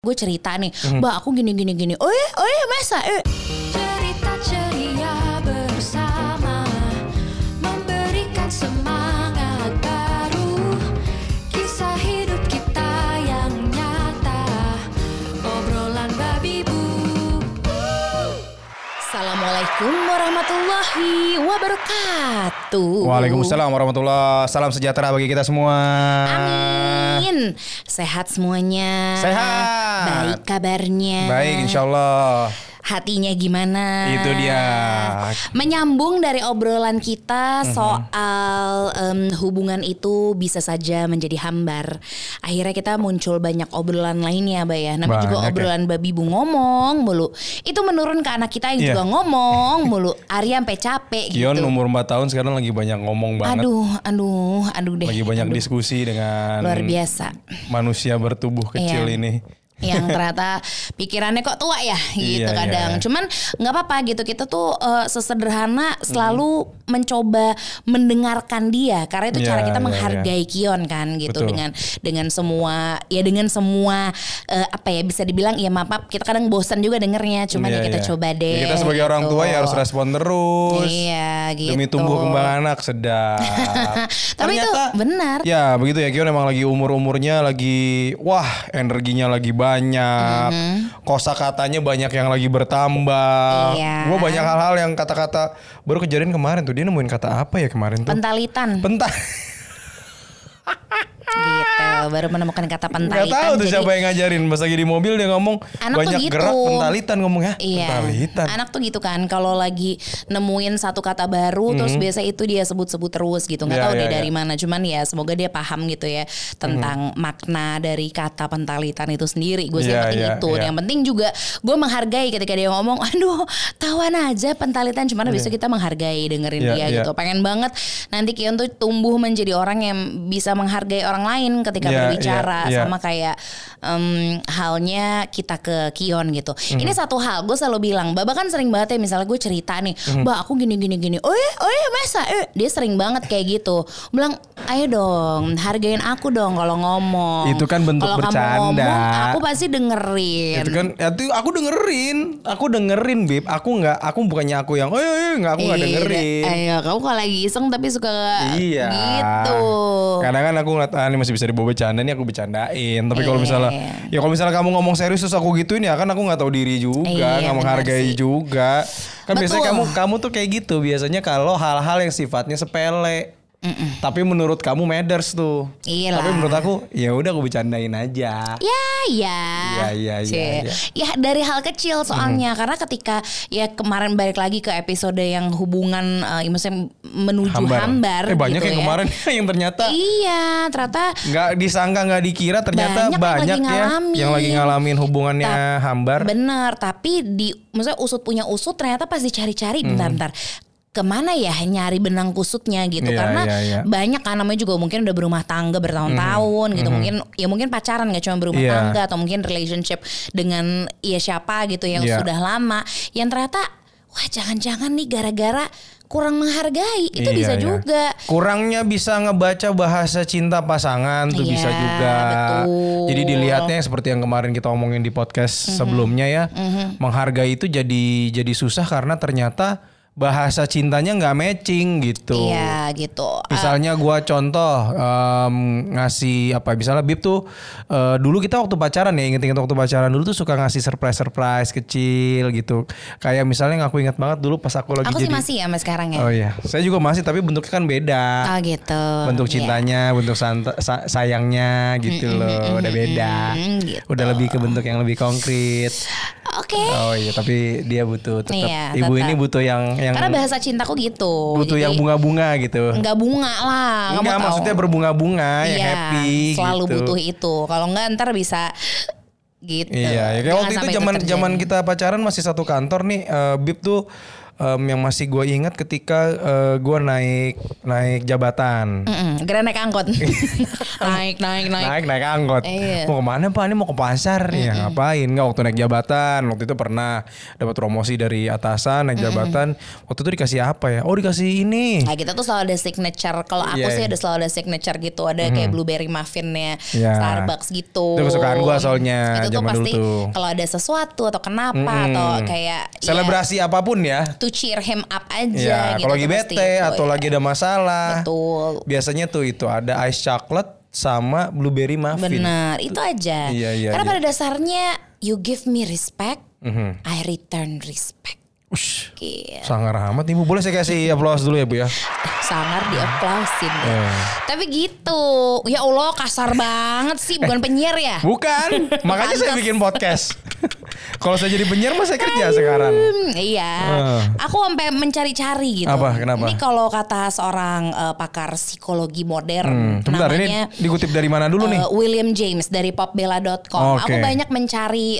Gue cerita nih, Mbak aku gini. Oh ya masa? Cerita ceria bersama, memberikan semangat baru, kisah hidup kita yang nyata, obrolan babi bu. Assalamualaikum warahmatullahi wabarakatuh. Waalaikumsalam warahmatullahi. Salam sejahtera bagi kita semua. Amin. Sehat semuanya. Sehat. Baik kabarnya. Baik insyaallah. Hatinya gimana? Itu dia. Menyambung dari obrolan kita soal hubungan itu bisa saja menjadi hambar. Akhirnya kita muncul banyak obrolan lainnya, Mbak ya. Namanya juga obrolan babi bu ngomong mulu. Itu menurun ke anak kita yang juga ngomong mulu. Arya sampai capek Kion gitu. umur 4 tahun sekarang lagi banyak ngomong banget. Aduh deh. Lagi banyak diskusi dengan luar biasa manusia bertubuh kecil ini. Yang ternyata pikirannya kok tua ya gitu kadang. Cuman nggak apa-apa gitu, kita tuh sesederhana selalu mencoba mendengarkan dia, karena itu cara kita menghargai Kion kan gitu. Betul. dengan semua apa ya, bisa dibilang ya maaf kita kadang bosan juga dengernya, cuman kita coba deh. Kita sebagai orang tua ya harus respon terus. Iya gitu. Demi tumbuh kembang anak sedap. Tapi ternyata, itu benar. Ya begitu ya, Kion emang lagi umurnya lagi energinya lagi banyak, kosakatanya banyak yang lagi bertambah. Gue banyak hal-hal yang kata-kata baru kejadian kemarin tuh, dia nemuin kata apa ya kemarin tuh? Pentalitan. Gitu, baru menemukan kata pentalitan. Gak tahu tuh siapa yang ngajarin. Pas lagi di mobil dia ngomong banyak gitu. Gerak pentalitan ngomongnya. Iya. Pentalitan. Anak tuh gitu kan, kalau lagi nemuin satu kata baru terus biasa itu dia sebut-sebut terus gitu. Gak tahu dia dari mana, cuman ya semoga dia paham gitu ya tentang makna dari kata pentalitan itu sendiri. Gue sih yang penting itu. Yang penting juga gue menghargai ketika dia ngomong, aduh tawan aja pentalitan, cuman habis itu kita menghargai dengerin dia gitu. Pengen banget nanti Kion tuh tumbuh menjadi orang yang bisa menghargai orang lain ketika berbicara, sama kayak halnya kita ke Kion gitu. Ini satu hal gue selalu bilang, Baba kan sering banget ya, misalnya gue cerita nih, Mbak aku gini. Oh ya masa? Dia sering banget kayak gitu. Bilang, ayo dong hargain aku dong kalau ngomong. Itu kan bentuk kalau bercanda. Kalau kamu ngomong aku pasti dengerin. Itu kan aku dengerin Bib. Aku bukannya aku yang enggak, aku enggak dengerin. Ayo kamu kalau lagi iseng tapi suka gitu. Kadang kan aku ngeliat ini masih bisa dibawa bercanda, nih aku bercandain. Tapi kalau misalnya kamu ngomong serius terus aku gituin, ya kan aku nggak tahu diri juga, nggak menghargai juga. Kan biasanya kamu tuh kayak gitu biasanya kalau hal-hal yang sifatnya sepele. Tapi menurut kamu matters tuh. Iyalah. Tapi menurut aku ya udah aku bercandain aja. Ya dari hal kecil soalnya. Karena ketika ya kemarin balik lagi ke episode yang hubungan maksudnya menuju hambar banyak gitu yang kemarin yang ternyata ternyata nggak disangka, nggak dikira, ternyata banyak yang lagi ngalamin hubungannya hambar. Bener. Tapi maksudnya usut punya usut, ternyata pas dicari-cari bentar kemana ya nyari benang kusutnya gitu. Karena banyak kan namanya juga mungkin udah berumah tangga bertahun-tahun gitu. Mungkin pacaran, gak cuma berumah tangga, atau mungkin relationship dengan siapa gitu yang sudah lama, yang ternyata wah jangan-jangan nih gara-gara kurang menghargai. Itu bisa juga. Kurangnya bisa ngebaca bahasa cinta pasangan tuh bisa juga. Betul. Jadi dilihatnya seperti yang kemarin kita omongin di podcast sebelumnya ya. Menghargai itu jadi susah karena ternyata bahasa cintanya nggak matching gitu. Iya gitu. Misalnya gue contoh ngasih apa, misalnya Bib tuh dulu kita waktu pacaran ya, inget waktu pacaran dulu tuh suka ngasih surprise kecil gitu. Kayak misalnya aku ingat banget dulu pas aku lagi jadi. Aku sih masih ya sampai sekarang ya. Oh iya, saya juga masih, tapi bentuknya kan beda. Oh gitu. Bentuk cintanya, bentuk sayangnya gitu loh, udah beda. Gitu. Udah lebih ke bentuk yang lebih konkret. Oke. Oh iya, tapi dia butuh tetap. Ibu ini butuh yang karena bahasa cintaku gitu. Butuh yang bunga-bunga gitu. Enggak bunga lah. Enggak, maksudnya berbunga-bunga yang happy selalu gitu. butuh itu. Kalau enggak ntar bisa gitu. Iya, ya kayak waktu itu zaman kita pacaran masih satu kantor nih, Bib tuh yang masih gue ingat ketika gue naik jabatan. Kira naik angkot. naik angkot. Mau kemana Pak? Ini mau ke pasar. Ya ngapain? Nggak, waktu naik jabatan. Waktu itu pernah dapat promosi dari atasan naik jabatan. Waktu itu dikasih apa ya? Oh dikasih ini. Nah kita tuh selalu ada signature. Kalau aku sih ada selalu ada signature gitu. Ada kayak blueberry muffinnya Starbucks gitu. Itu kesukaan gue soalnya. Itu tuh pasti kalau ada sesuatu atau kenapa atau kayak selebrasi apapun ya. To cheer him up aja gitu. Kalau lagi bete atau lagi ada masalah. Betul. Biasanya tuh itu ada ice chocolate sama blueberry muffin. Benar, itu aja. Karena pada dasarnya you give me respect, I return respect. Ush, sangar amat Ibu. Boleh saya kasih aplaus dulu ya Bu ya? Sangar di-applausin ya. Tapi gitu. Ya Allah kasar banget sih. Bukan penyiar ya? Bukan. Makanya saya bikin podcast. Kalau saya jadi penyiar mah saya kerja sekarang. Iya. Aku sampai mencari-cari gitu. Apa? Kenapa? Ini kalau kata seorang pakar psikologi modern. Sebentar, namanya, ini dikutip dari mana dulu nih? William James dari popbella.com. Okay. Aku banyak mencari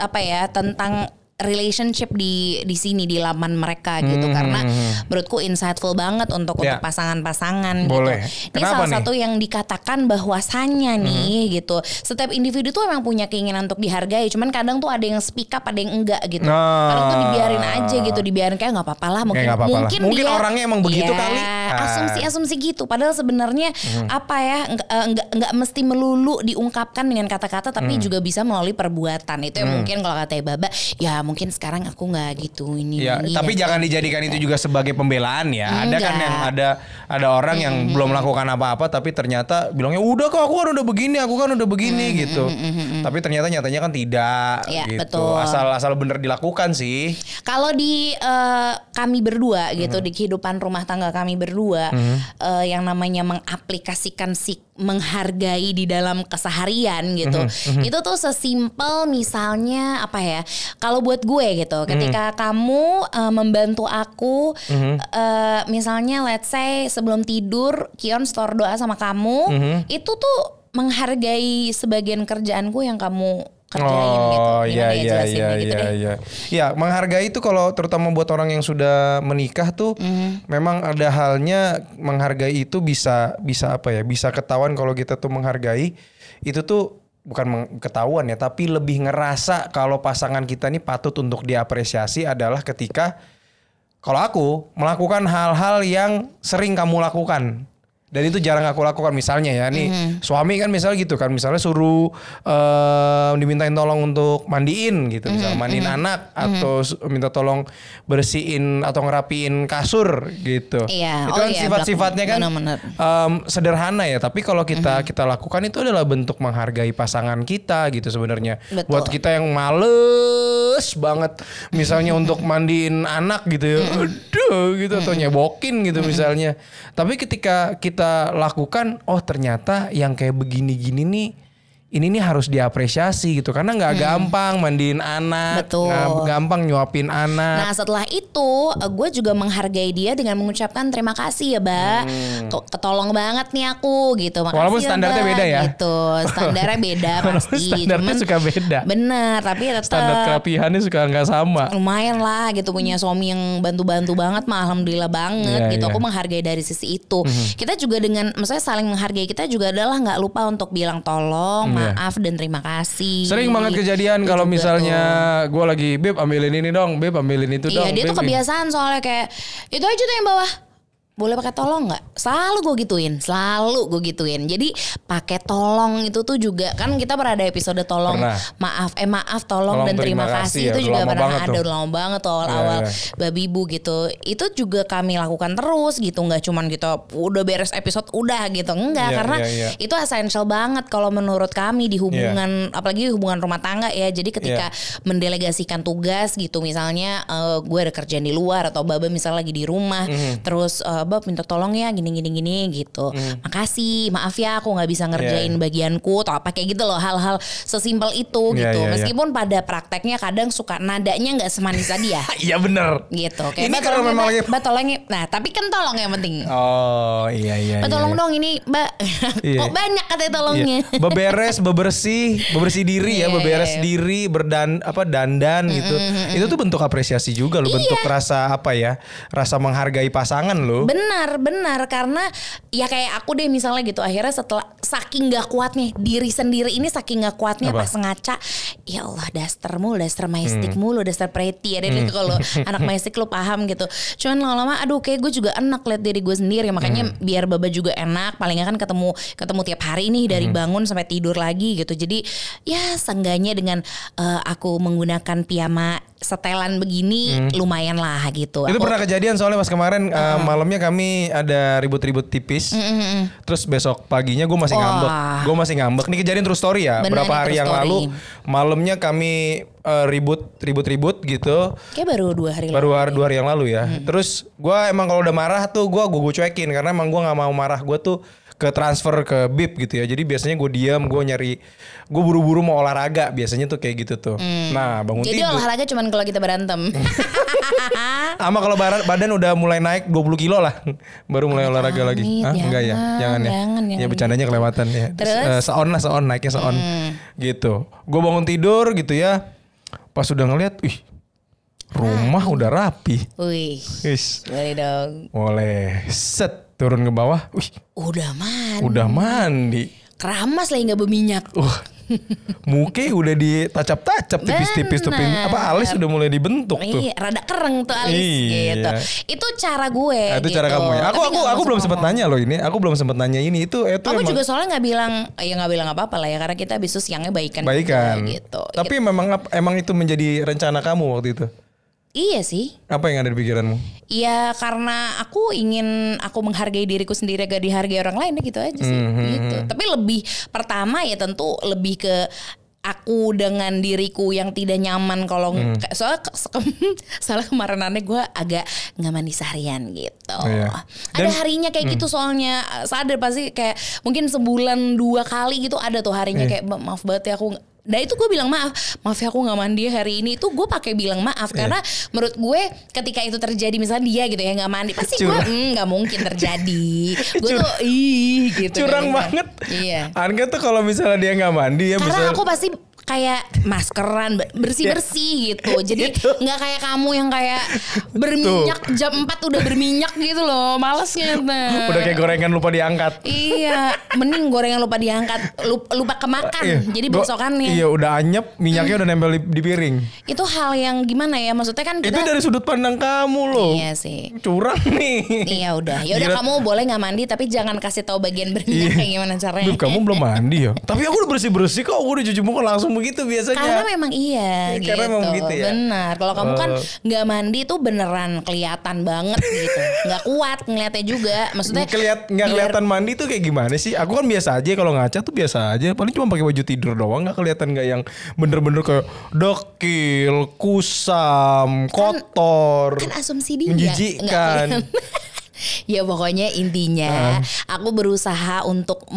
tentang relationship di sini di laman mereka gitu karena menurutku insightful banget untuk pasangan-pasangan boleh. Gitu. Ini salah satu yang dikatakan bahwasannya nih gitu. Setiap individu tuh emang punya keinginan untuk dihargai, cuman kadang tuh ada yang speak up, ada yang enggak gitu. Kadang tuh dibiarin aja gitu, dibiarin kayak nggak apa-apa lah, mungkin dia, orangnya emang begitu kali. Asumsi gitu. Padahal sebenarnya apa ya nggak mesti melulu diungkapkan dengan kata-kata, tapi juga bisa melalui perbuatan. Itu yang mungkin kalau katanya Baba ya mungkin sekarang aku nggak gitu ini. Ya, tapi jangan dijadikan itu juga sebagai pembelaan ya. Ada kan yang ada orang yang belum melakukan apa-apa tapi ternyata bilangnya udah kok aku kan udah begini gitu. Tapi ternyata nyatanya kan tidak ya, gitu. Betul. Asal bener dilakukan sih. Kalau di kami berdua gitu di kehidupan rumah tangga kami berdua yang namanya mengaplikasikan menghargai di dalam keseharian gitu. Itu tuh sesimpel misalnya apa ya? Kalau buat gue gitu, ketika kamu membantu aku, misalnya let's say sebelum tidur Kion store doa sama kamu, itu tuh menghargai sebagian kerjaanku yang kamu kerjain gitu. Iya. Ya, menghargai itu kalau terutama buat orang yang sudah menikah tuh memang ada halnya menghargai itu bisa apa ya? Bisa ketahuan kalau kita tuh menghargai itu tuh bukan ketahuan ya, tapi lebih ngerasa kalau pasangan kita nih patut untuk diapresiasi adalah ketika kalau aku melakukan hal-hal yang sering kamu lakukan. Dan itu jarang aku lakukan. Misalnya ya nih suami kan misalnya gitu kan, misalnya suruh dimintain tolong untuk mandiin gitu, misalnya mandiin anak atau minta tolong bersihin atau ngerapiin kasur gitu. Iya. Itu kan sifat-sifatnya kan sederhana ya, tapi kalau kita lakukan itu adalah bentuk menghargai pasangan kita gitu sebenarnya. Buat kita yang males banget misalnya untuk mandiin anak gitu ya, aduh gitu atau nyebokin gitu misalnya. Tapi ketika kita lakukan, oh ternyata yang kayak begini-gini nih, ini nih harus diapresiasi gitu, karena nggak gampang mandiin anak, nggak gampang nyuapin anak. Nah setelah itu gue juga menghargai dia dengan mengucapkan terima kasih ya Mbak, ketolong banget nih aku gitu. Makasih walaupun standarnya beda ya. Gitu, standarnya beda pasti. Standarnya suka beda. Bener, tapi tetap standar kerapihannya suka nggak sama. Lumayan lah gitu, punya suami yang bantu-bantu banget mah, alhamdulillah banget gitu. Aku menghargai dari sisi itu. Kita juga dengan, maksudnya saling menghargai, kita juga adalah nggak lupa untuk bilang tolong, maaf dan terima kasih. Sering banget kejadian kalau misalnya gue lagi Beb ambilin ini dong, Beb ambilin itu dong. Iya dia tuh kebiasaan soalnya kayak itu aja tuh yang bawah. Boleh pakai tolong nggak? Selalu gue gituin. Jadi pakai tolong itu tuh juga kan kita pernah ada episode tolong, maaf tolong dan terima kasih itu juga pernah ada lama banget tuh awal babi ibu gitu. Itu juga kami lakukan terus gitu, nggak cuman kita udah beres episode udah gitu, enggak karena itu essential banget kalau menurut kami di hubungan apalagi hubungan rumah tangga ya. Jadi ketika mendelegasikan tugas gitu, misalnya gue ada kerjaan di luar atau Baba misalnya lagi di rumah terus Bab minta tolong ya gini gitu. Makasih, maaf ya aku nggak bisa ngerjain bagianku atau apa kayak gitu loh, hal-hal sesimpel itu gitu. Meskipun pada prakteknya kadang suka nadanya nggak semanis tadi ya. Iya benar. Gitu. Kayak ini kalau memang lagi tolongnya. Nah tapi kan tolong yang penting. Oh iya. Tolong dong ini Mbak. Kok banyak katanya tolongnya. Bebersih diri ya, beberes diri, dandan gitu. Itu tuh bentuk apresiasi juga loh, bentuk rasa rasa menghargai pasangan loh. Benar karena ya kayak aku deh misalnya gitu, akhirnya setelah saking gak kuatnya diri sendiri ini, saking gak kuatnya pas ngaca, ya Allah daster maestik mulu, daster pretty ya deh kalau anak maestik lo paham gitu. Cuman lama-lama aduh kayak gue juga enak liat diri gue sendiri, makanya biar Baba juga enak, paling gak kan ketemu tiap hari nih dari bangun sampai tidur lagi gitu. Jadi ya seenggaknya dengan aku menggunakan piyama setelan begini lumayan lah gitu. Itu pernah kejadian soalnya pas kemarin malamnya kami ada ribut-ribut tipis. Terus besok paginya gue masih ngambek. Ini kejadian true story ya. Bener, berapa hari yang lalu malamnya kami ribut gitu. Kayak baru 2 hari lalu. Baru 2 hari yang lalu ya. Terus gue emang kalau udah marah tuh gue cuekin karena emang gue nggak mau marah. Gue tuh ke transfer ke BIP gitu ya. Jadi biasanya gue diam, gue buru-buru mau olahraga. Biasanya tuh kayak gitu tuh. Nah bangun jadi tidur. Jadi olahraga cuman kalau kita berantem. Sama kalau badan udah mulai naik 20 kilo lah. Baru mulai olahraga lagi. Enggak ya? Jangan ya. Ya bercandanya kelewatan ya. Terus? Naiknya seon. Gitu. Gue bangun tidur gitu ya. Pas udah ngeliat, rumah udah rapi. Wih. Boleh dong. Boleh. Set. Turun ke bawah, udah mandi. Keramas lagi nggak berminyak. Muke udah ditacap-tacap tipis-tipis tuh, alis udah mulai dibentuk tuh. Iya, rada kereng tuh alis gitu. Itu cara gue. Itu gitu. cara kamu ya. Aku belum sempat nanya loh ini. Aku belum sempat nanya ini. Itu aku juga soalnya nggak bilang apa-apa lah ya, karena kita besok siangnya baikan. Juga, gitu. Tapi gitu. Emang itu menjadi rencana kamu waktu itu? Iya sih. Apa yang ada di pikiranmu? Iya karena aku menghargai diriku sendiri, gak dihargai orang lain gitu aja sih. Gitu. Tapi lebih pertama ya tentu lebih ke aku dengan diriku yang tidak nyaman kalau soalnya kemarin gue agak nggak mandi seharian gitu. Ada harinya kayak gitu soalnya sadar pasti kayak mungkin sebulan 2 kali gitu ada tuh harinya kayak maaf banget ya aku. Nah itu gue bilang maaf ya aku gak mandi hari ini. Itu gue pakai bilang maaf karena menurut gue ketika itu terjadi misalnya dia gitu ya gak mandi, pasti gue gak mungkin terjadi. Gue tuh gitu. Curang banget. Iya. Angga tuh kalau misalnya dia gak mandi ya, karena aku pasti kayak maskeran bersih gitu. Jadi nggak kayak kamu yang kayak berminyak jam 4 udah berminyak gitu loh. Malesnya udah kayak gorengan lupa diangkat. Iya, mending gorengan lupa diangkat, lupa kemakan. Jadi besokannya. Iya, udah anyep, minyaknya udah nempel di piring. Itu hal yang gimana ya? Maksudnya kan kita, itu dari sudut pandang kamu loh. Iya sih. Curang nih. Iya udah. Ya udah kamu boleh nggak mandi tapi jangan kasih tahu bagian berminyak kayak gimana caranya. Beb, kamu belum mandi ya? Tapi aku udah bersih kok, aku udah cuci muka langsung begitu biasanya. Karena memang iya gitu. Karena memang gitu ya. Benar. Kalau kamu kan nggak mandi tuh beneran kelihatan banget gitu. Nggak kuat ngeliatnya juga. Maksudnya nggak kelihatan mandi tuh kayak gimana sih? Aku kan biasa aja kalau ngaca tuh biasa aja. Paling cuma pakai baju tidur doang, nggak kelihatan nggak yang bener-bener kayak dekil, kusam, kotor. Kan asumsi dia. Menjijikkan. Ya pokoknya intinya aku berusaha untuk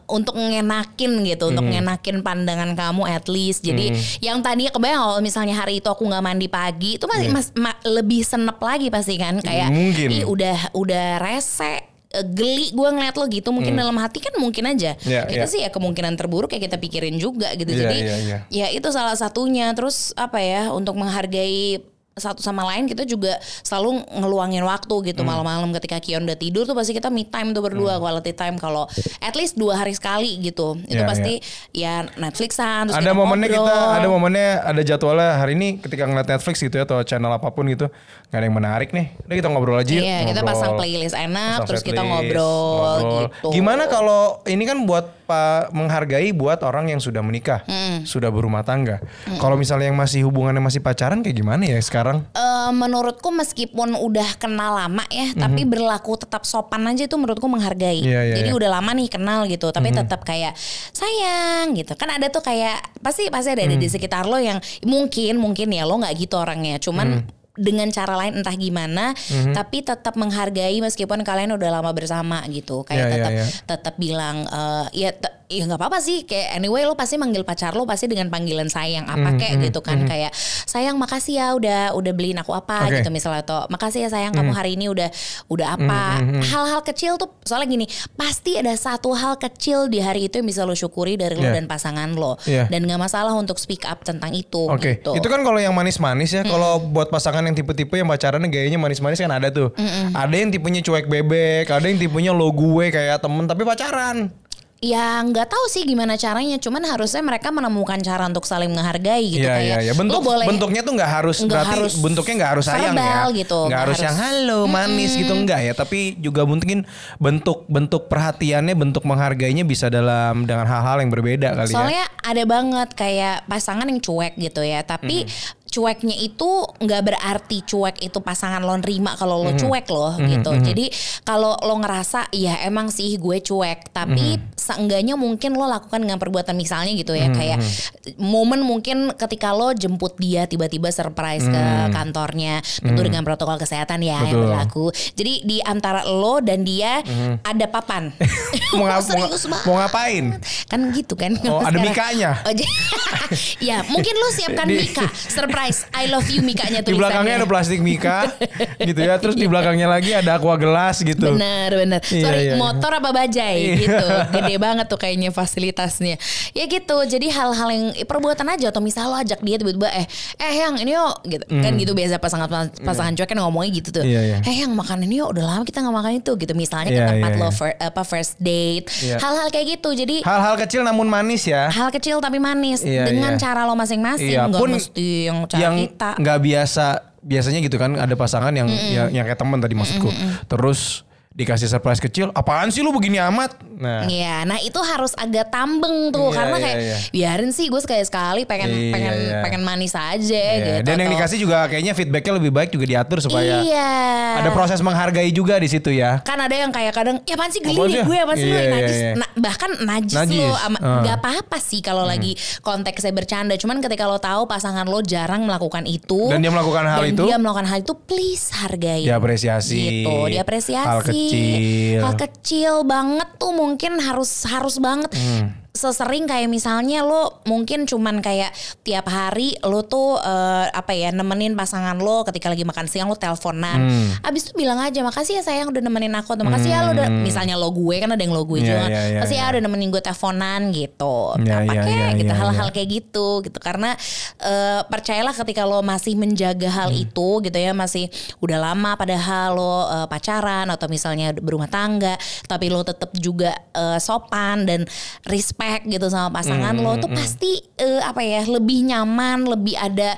ngenakin gitu, untuk ngenakin pandangan kamu at least. Jadi yang tadinya kebayang kalau misalnya hari itu aku nggak mandi pagi, itu masih lebih senep lagi pasti kan, kayak ih udah rese. Geli gue ngeliat lo gitu, mungkin dalam hati kan mungkin aja itu sih ya kemungkinan terburuk ya kita pikirin juga gitu. Jadi ya itu salah satunya. Terus apa ya, untuk menghargai satu sama lain kita juga selalu ngeluangin waktu gitu. Malam-malam ketika Kion udah tidur tuh pasti kita me time tuh berdua, quality time. Kalau at least 2 hari sekali gitu itu pasti ya Netflixan. Terus ada momennya ada jadwalnya hari ini ketika ngeliat Netflix gitu ya atau channel apapun gitu gak ada yang menarik nih, udah kita ngobrol aja. Iya, kita pasang playlist enak, terus kita ngobrol gitu. Gimana kalau ini kan buat menghargai buat orang yang sudah menikah, sudah berumah tangga. Kalau misalnya yang masih hubungannya masih pacaran kayak gimana ya sekarang? Menurutku meskipun udah kenal lama ya, tapi berlaku tetap sopan aja itu menurutku menghargai. Jadi udah lama nih kenal gitu, tapi tetap kayak sayang gitu. Kan ada tuh kayak pasti ada di sekitar lo yang mungkin ya lo nggak gitu orangnya, cuman dengan cara lain entah gimana, tapi tetap menghargai meskipun kalian udah lama bersama gitu. Kayak tetap bilang ya nggak apa-apa sih, kayak anyway lo pasti manggil pacar lo pasti dengan panggilan sayang apa kayak gitu kan, kayak sayang makasih ya udah beliin aku apa gitu misalnya, atau makasih ya sayang kamu hari ini udah apa. Hal-hal kecil tuh soalnya gini, pasti ada satu hal kecil di hari itu yang bisa lo syukuri dari lo dan pasangan lo, dan nggak masalah untuk speak up tentang itu. Gitu. Itu kan kalau yang manis-manis ya. Kalau buat pasangan yang tipe-tipe yang pacarannya gayanya manis-manis kan ada tuh. Ada yang tipenya cuek bebek, ada yang tipenya lo gue kayak temen tapi pacaran. Ya nggak tahu sih gimana caranya, cuman harusnya mereka menemukan cara untuk saling menghargai gitu. Kayak bentuknya tuh nggak harus bentuknya nggak harus sayang ya, gitu, nggak harus yang halo manis gitu enggak ya, tapi juga mungkin bentuk perhatiannya, bentuk menghargainya bisa dengan hal-hal yang berbeda kali. Soalnya ada banget kayak pasangan yang cuek gitu ya, tapi cueknya itu nggak berarti cuek itu pasangan lo nerima kalau lo cuek loh gitu. Jadi kalau lo ngerasa ya emang sih gue cuek, tapi seenggaknya mungkin lo lakukan dengan perbuatan misalnya gitu ya, kayak momen mungkin ketika lo jemput dia tiba-tiba surprise ke kantornya, tentu dengan protokol kesehatan ya yang berlaku. Jadi di antara lo dan dia ada papan. Mau ngapain? Kan gitu kan. Oh, ada mikanya. Ya mungkin lo siapkan mika surprise I love you mikanya tulisannya. Di belakangnya ada plastik mika gitu ya. Terus di belakangnya lagi ada aqua gelas gitu. Bener. Sorry, motor apa bajai gitu. Gede banget tuh kayaknya fasilitasnya. Ya gitu. Jadi hal-hal yang perbuatan aja, atau misal lo ajak dia tiba-tiba yang ini yuk gitu. Kan gitu biasa pasangan cuek kan ngomongnya gitu tuh. Yang makan ini yuk, udah lama kita gak makan itu gitu. Misalnya ke tempat lo first date. Hal-hal kayak gitu. Jadi hal-hal kecil namun manis ya. Hal kecil tapi manis dengan cara lo masing-masing. Gak mesti yang kita nggak biasanya gitu kan, ada pasangan yang kayak teman tadi maksudku, terus dikasih surprise kecil, apaan sih lu begini amat? Nah itu harus agak tambeng tuh, karena kayak biarin sih gue sekali-sekali pengen manis aja gitu. Dan yang dikasih juga kayaknya feedbacknya lebih baik juga diatur supaya ada proses menghargai juga di situ ya. Kan ada yang kayak kadang ya apaan sih geli gue, apaan sih lu najis. Bahkan najis lo, gak apa-apa sih kalau lagi konteksnya bercanda. Cuman ketika lo tahu pasangan lo jarang melakukan itu, dan dia melakukan hal itu, please hargai. Diapresiasi. Gitu, diapresiasi. Hal kecil banget tuh mungkin harus banget. Sesering kayak misalnya lo mungkin cuman kayak tiap hari lo tuh nemenin pasangan lo ketika lagi makan siang, lo teleponan. Abis itu bilang aja makasih ya sayang udah nemenin aku, atau makasih ya lo udah, misalnya lo gue kan ada yang lo gue juga, makasih ya udah nemenin gue teleponan gitu. Hal-hal kayak gitu karena percayalah ketika lo masih menjaga hal itu gitu ya, masih udah lama padahal lo pacaran atau misalnya berumah tangga, tapi lo tetap juga sopan dan respect gitu sama pasangan lo, tuh pasti lebih nyaman, lebih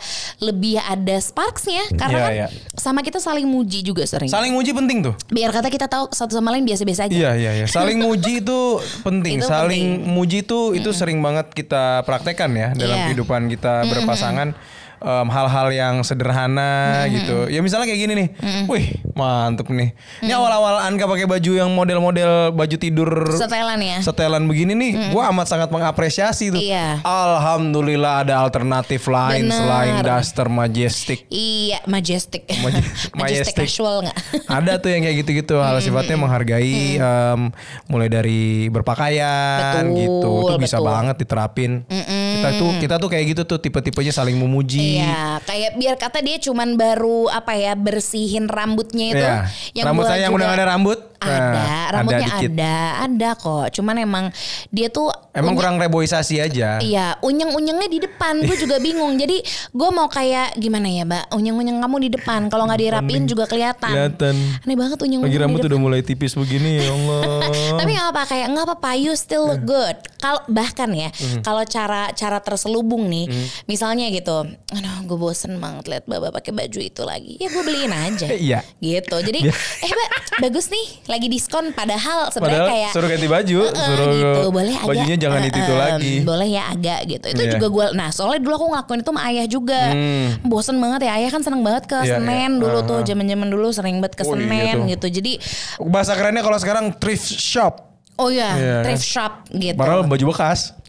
ada sparksnya, karena kan sama kita saling muji juga sering. Saling muji penting tuh. Biar kata kita tahu satu sama lain biasa-biasa aja. Iya. Saling muji itu penting. Saling muji itu sering banget kita praktekkan ya dalam kehidupan kita berpasangan. Hal-hal yang sederhana gitu. Ya misalnya kayak gini nih. Wih, mantep nih. Ini awal-awal Anka pakai baju yang model-model baju tidur setelan ya. Setelan begini nih, gua amat sangat mengapresiasi tuh. Alhamdulillah ada alternatif lain selain Duster Majestic. Iya, Majestic. Majestic casual enggak? Ada tuh yang kayak gitu-gitu, hal sifatnya menghargai, mulai dari berpakaian gitu. Itu bisa banget diterapin. Kita tuh kayak gitu tuh, tipe-tipenya saling memuji. Iya, kayak biar kata dia cuman baru bersihin rambutnya itu. Yang rambut saya yang udah gak ada rambut. Rambutnya ada kok. Cuman emang dia tuh kurang reboisasi aja. Iya, unyeng-unyengnya di depan. Gue juga bingung. Jadi gue mau kayak gimana ya, Mbak? Unyeng-unyeng kamu di depan. Kalau nggak dirapiin juga kelihatan. Aneh banget unyeng-unyeng. Lagi rambut udah mulai tipis begini, ya Allah. Tapi nggak apa-apa. You still look good. Kalau bahkan ya, kalau cara terselubung nih, misalnya gitu. Aduh, gue bosen banget liat Baba pakai baju itu lagi. Ya gue beliin aja. Iya. Gitu. Jadi, Mbak, bagus nih, lagi diskon. Padahal sebenarnya kayak suruh ganti baju, suruh gitu. Boleh agak. Bajunya jangan itu lagi. Boleh ya agak gitu. Itu juga gue. Nah, soalnya dulu aku ngelakuin itu sama ayah juga. Bosen banget ya. Ayah kan seneng banget ke Senen dulu tuh. Zaman-zaman dulu sering banget ke Senen gitu. Jadi bahasa kerennya kalau sekarang thrift shop. Oh iya, thrift shop gitu. Padahal baju bekas.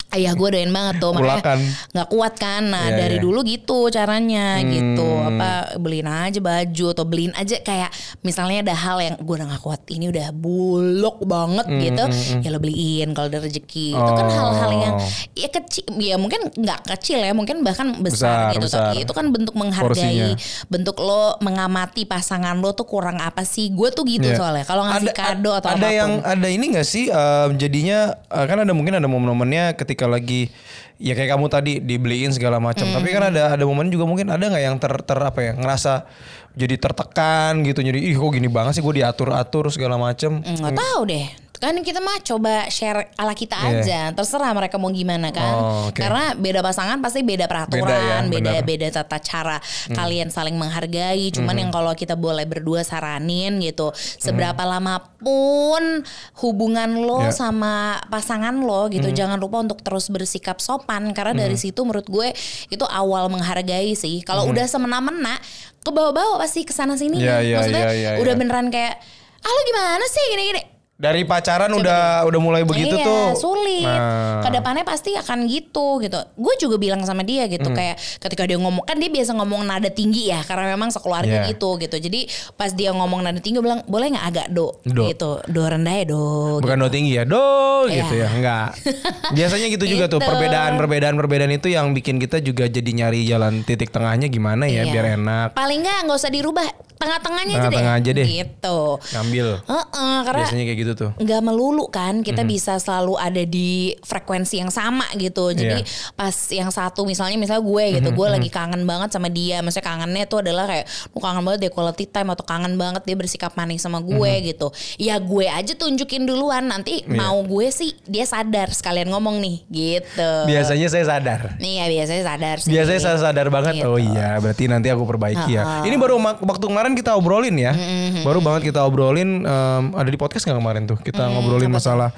Ayah gue doyan banget tuh, makanya nggak kuat kan. Nah dari dulu gitu caranya gitu, apa beliin aja baju atau beliin aja kayak misalnya ada hal yang gue udah nggak kuat, ini udah buluk banget gitu, ya lo beliin kalau ada rezeki. Itu kan hal-hal yang ya kecil, ya mungkin nggak kecil ya, mungkin bahkan besar gitu. Tapi itu kan bentuk menghargai, bentuk lo mengamati pasangan lo tuh kurang apa sih. Gue tuh gitu soalnya kalau ngasih kado atau ada apapun. Yang ada ini nggak sih jadinya kan ada mungkin ada momen-momennya ketika lagi ya kayak kamu tadi dibeliin segala macam, tapi kan ada momen juga mungkin ada nggak yang apa ya, ngerasa jadi tertekan gitu, jadi ih kok gini banget sih gue diatur-atur segala macam. Nggak tahu deh. Kan kita mah coba share ala kita aja, terserah mereka mau gimana kan. Karena beda pasangan pasti beda peraturan, beda tata cara kalian saling menghargai. Cuman yang kalau kita boleh berdua saranin gitu, seberapa lama pun hubungan lo sama pasangan lo gitu, jangan lupa untuk terus bersikap sopan. Karena dari situ menurut gue itu awal menghargai sih. Kalau udah semena-mena, ke bawah-bawah pasti kesana sini. Maksudnya udah beneran kayak, lo gimana sih gini-gini. Dari pacaran udah mulai begitu tuh. Sulit. Kedepannya pasti akan gitu. Gue juga bilang sama dia gitu, kayak ketika dia ngomong, kan dia biasa ngomong nada tinggi ya, karena memang sekeluarga gitu. Jadi pas dia ngomong nada tinggi, gue bilang boleh nggak agak do gitu, do rendah ya do. Bukan gitu. Do tinggi ya do gitu ya, enggak. Biasanya gitu juga tuh perbedaan itu yang bikin kita juga jadi nyari jalan titik tengahnya gimana ya biar enak. Paling nggak usah dirubah, tengah-tengahnya aja deh. Gitu. Ngambil. Karena biasanya kayak gitu tuh. Nggak melulu kan kita bisa selalu ada di frekuensi yang sama gitu. Jadi pas yang satu misalnya gue gitu, gue lagi kangen banget sama dia. Maksudnya kangennya tuh adalah kayak kangen banget dia quality time, atau kangen banget dia bersikap manis sama gue gitu. Ya gue aja tunjukin duluan, nanti mau gue sih dia sadar sekalian ngomong nih gitu. Biasanya saya sadar. Iya biasanya sadar sih. Biasanya saya sadar banget gitu. Oh iya berarti nanti aku perbaiki ya. Ini baru waktu kemarin kita obrolin ya. Baru banget kita obrolin, ada di podcast gak kemarin tuh kita ngobrolin masalah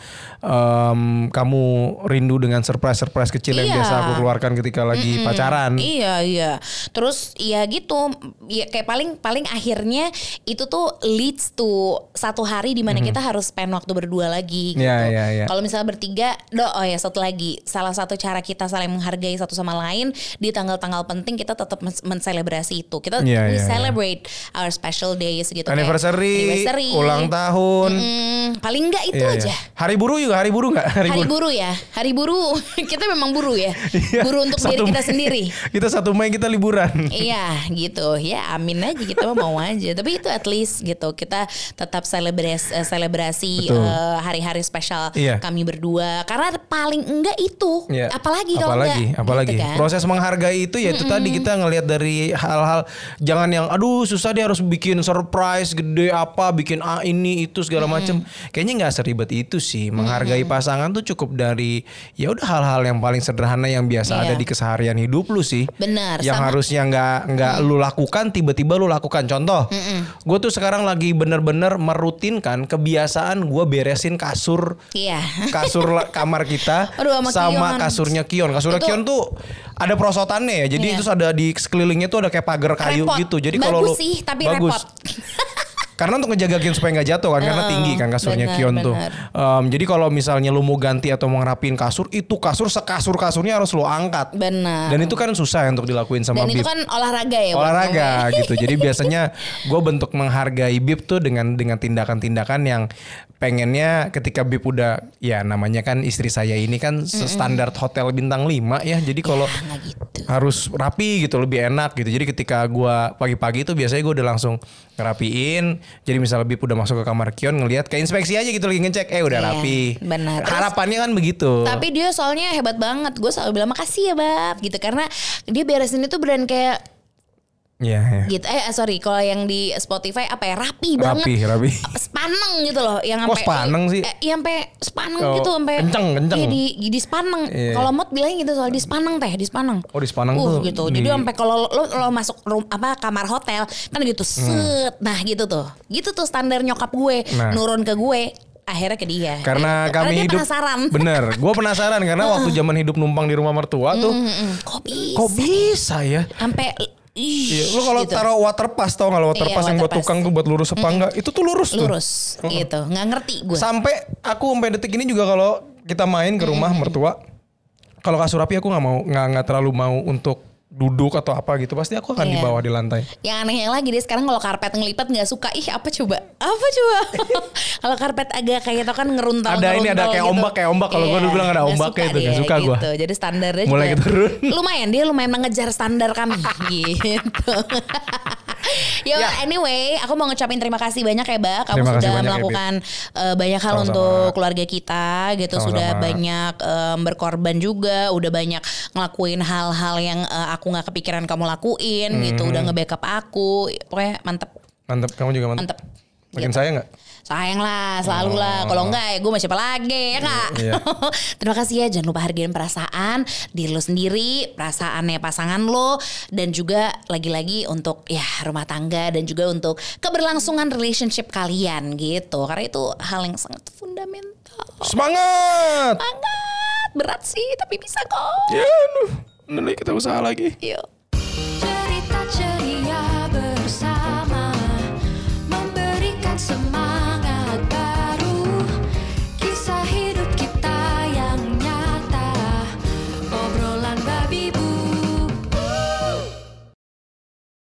kamu rindu dengan surprise kecil yang biasa aku keluarkan ketika lagi pacaran. Iya. Terus ya gitu, ya kayak paling akhirnya itu tuh leads to satu hari di mana kita harus spend waktu berdua lagi gitu. Kalau misalnya bertiga, satu lagi, salah satu cara kita saling menghargai satu sama lain di tanggal-tanggal penting, kita tetap menselebrasi itu. Kita we celebrate our special days gitu. Anniversary, ulang tahun. Paling enggak itu aja. Hari buruh juga, hari buruh enggak? Hari buruh ya. Hari buruh kita memang buruh ya. Buruh untuk diri kita sendiri. Kita 1 Mei kita liburan. Iya gitu. Ya amin aja, kita mau aja. Tapi itu at least gitu, kita tetap selebrasi hari-hari spesial kami berdua. Karena paling enggak itu. Apalagi kalau enggak. Apalagi. Gitu kan? Proses menghargai itu ya itu tadi kita ngelihat dari hal-hal, jangan yang aduh susah dia harus bikin surprise gede apa, bikin ini itu segala macem. Kayaknya nggak seribet itu sih. Menghargai pasangan tuh cukup dari ya udah hal-hal yang paling sederhana yang biasa ada di keseharian hidup lu sih. Benar. Yang harusnya nggak lu lakukan tiba-tiba lu lakukan. Contoh, gue tuh sekarang lagi bener-bener merutinkan kebiasaan gue beresin kasur kamar kita. Sama kasurnya Kion. Kasurnya Kion tuh ada perosotannya ya. Jadi itu ada di sekelilingnya tuh ada kayak pagar kayu gitu. Jadi kalau lu sih, tapi bagus. Karena untuk ngejaga Kion supaya nggak jatuh kan, karena tinggi kan kasurnya Kion tuh. Jadi kalau misalnya lu mau ganti atau mau ngerapin kasur, itu kasurnya harus lu angkat. Benar. Dan itu kan susah untuk dilakuin sama Bib. Dan itu kan olahraga ya. Olahraga gitu. Jadi biasanya gue bentuk menghargai Bib tuh dengan tindakan-tindakan yang pengennya ketika Bib udah, ya namanya kan istri saya ini kan standar hotel bintang 5 ya. Jadi kalau gitu. harus rapi gitu lebih enak gitu. Jadi ketika gue pagi-pagi itu biasanya gue udah langsung ngerapiin. Jadi misalnya Bib udah masuk ke kamar Kion ngelihat, kayak inspeksi aja gitu lagi ngecek, udah rapi. Benar. Harapannya kan begitu. Tapi dia soalnya hebat banget. Gue selalu bilang makasih ya Bab gitu, karena dia beresin itu beneran kayak gitu. Sorry, kalau yang di Spotify apa ya, rapi banget. Rapi. Sepaneng gitu loh, yang sampai sepaneng sih. Sampai sepaneng gitu, sampai kenceng. Iya di sepaneng. Kalau Mod bilangnya gitu, soal di sepaneng di sepaneng. Oh, di sepaneng tuh. Gitu. Jadi sampai kalau lo masuk kamar hotel kan gitu set. Nah, gitu tuh standar nyokap gue nurun ke gue. Akhirnya ke dia. Karena kami hidup penasaran. Bener, gue penasaran karena waktu zaman hidup numpang di rumah mertua tuh. Kok bisa ya? Sampai lu kalau gitu. Taruh water pass, tau gak lo water pass yang buat tukang tuh buat lurus apa enggak, itu tuh lurus gitu, nggak ngerti gue. Sampai detik ini juga kalau kita main ke rumah mertua, kalau kasur rapi aku nggak terlalu mau untuk duduk atau apa gitu, pasti aku akan di bawah di lantai. Yang anehnya lagi deh sekarang kalau karpet ngelipat nggak suka, apa coba? Kalau karpet agak kayak itu kan ngeruntal. Ada kayak gitu. ombak kalau gue dulu bilang ada ombaknya itu nggak suka gue. Gitu. Jadi standarnya mulai turun. Lumayan mengejar standar kami gitu. Anyway, aku mau ngucapin terima kasih banyak ya, Mbak. Kamu sudah melakukan banyak hal untuk keluarga kita gitu. Sama-sama. Sudah banyak berkorban juga, udah banyak ngelakuin hal-hal yang aku nggak kepikiran kamu lakuin gitu. Udah nge-backup aku. Pokoknya mantep. Mantep, kamu juga mantep. Makin gitu. Sayang gak? Sayang lah, selalu lah. Kalau enggak ya gue mau siapa lagi ya kak. Iya. Terima kasih ya, jangan lupa hargain perasaan diri lo sendiri, perasaannya pasangan lo, dan juga lagi-lagi untuk ya rumah tangga dan juga untuk keberlangsungan relationship kalian gitu. Karena itu hal yang sangat fundamental. Semangat! Berat sih tapi bisa kok. Ya, nanti kita usaha lagi. Yuk.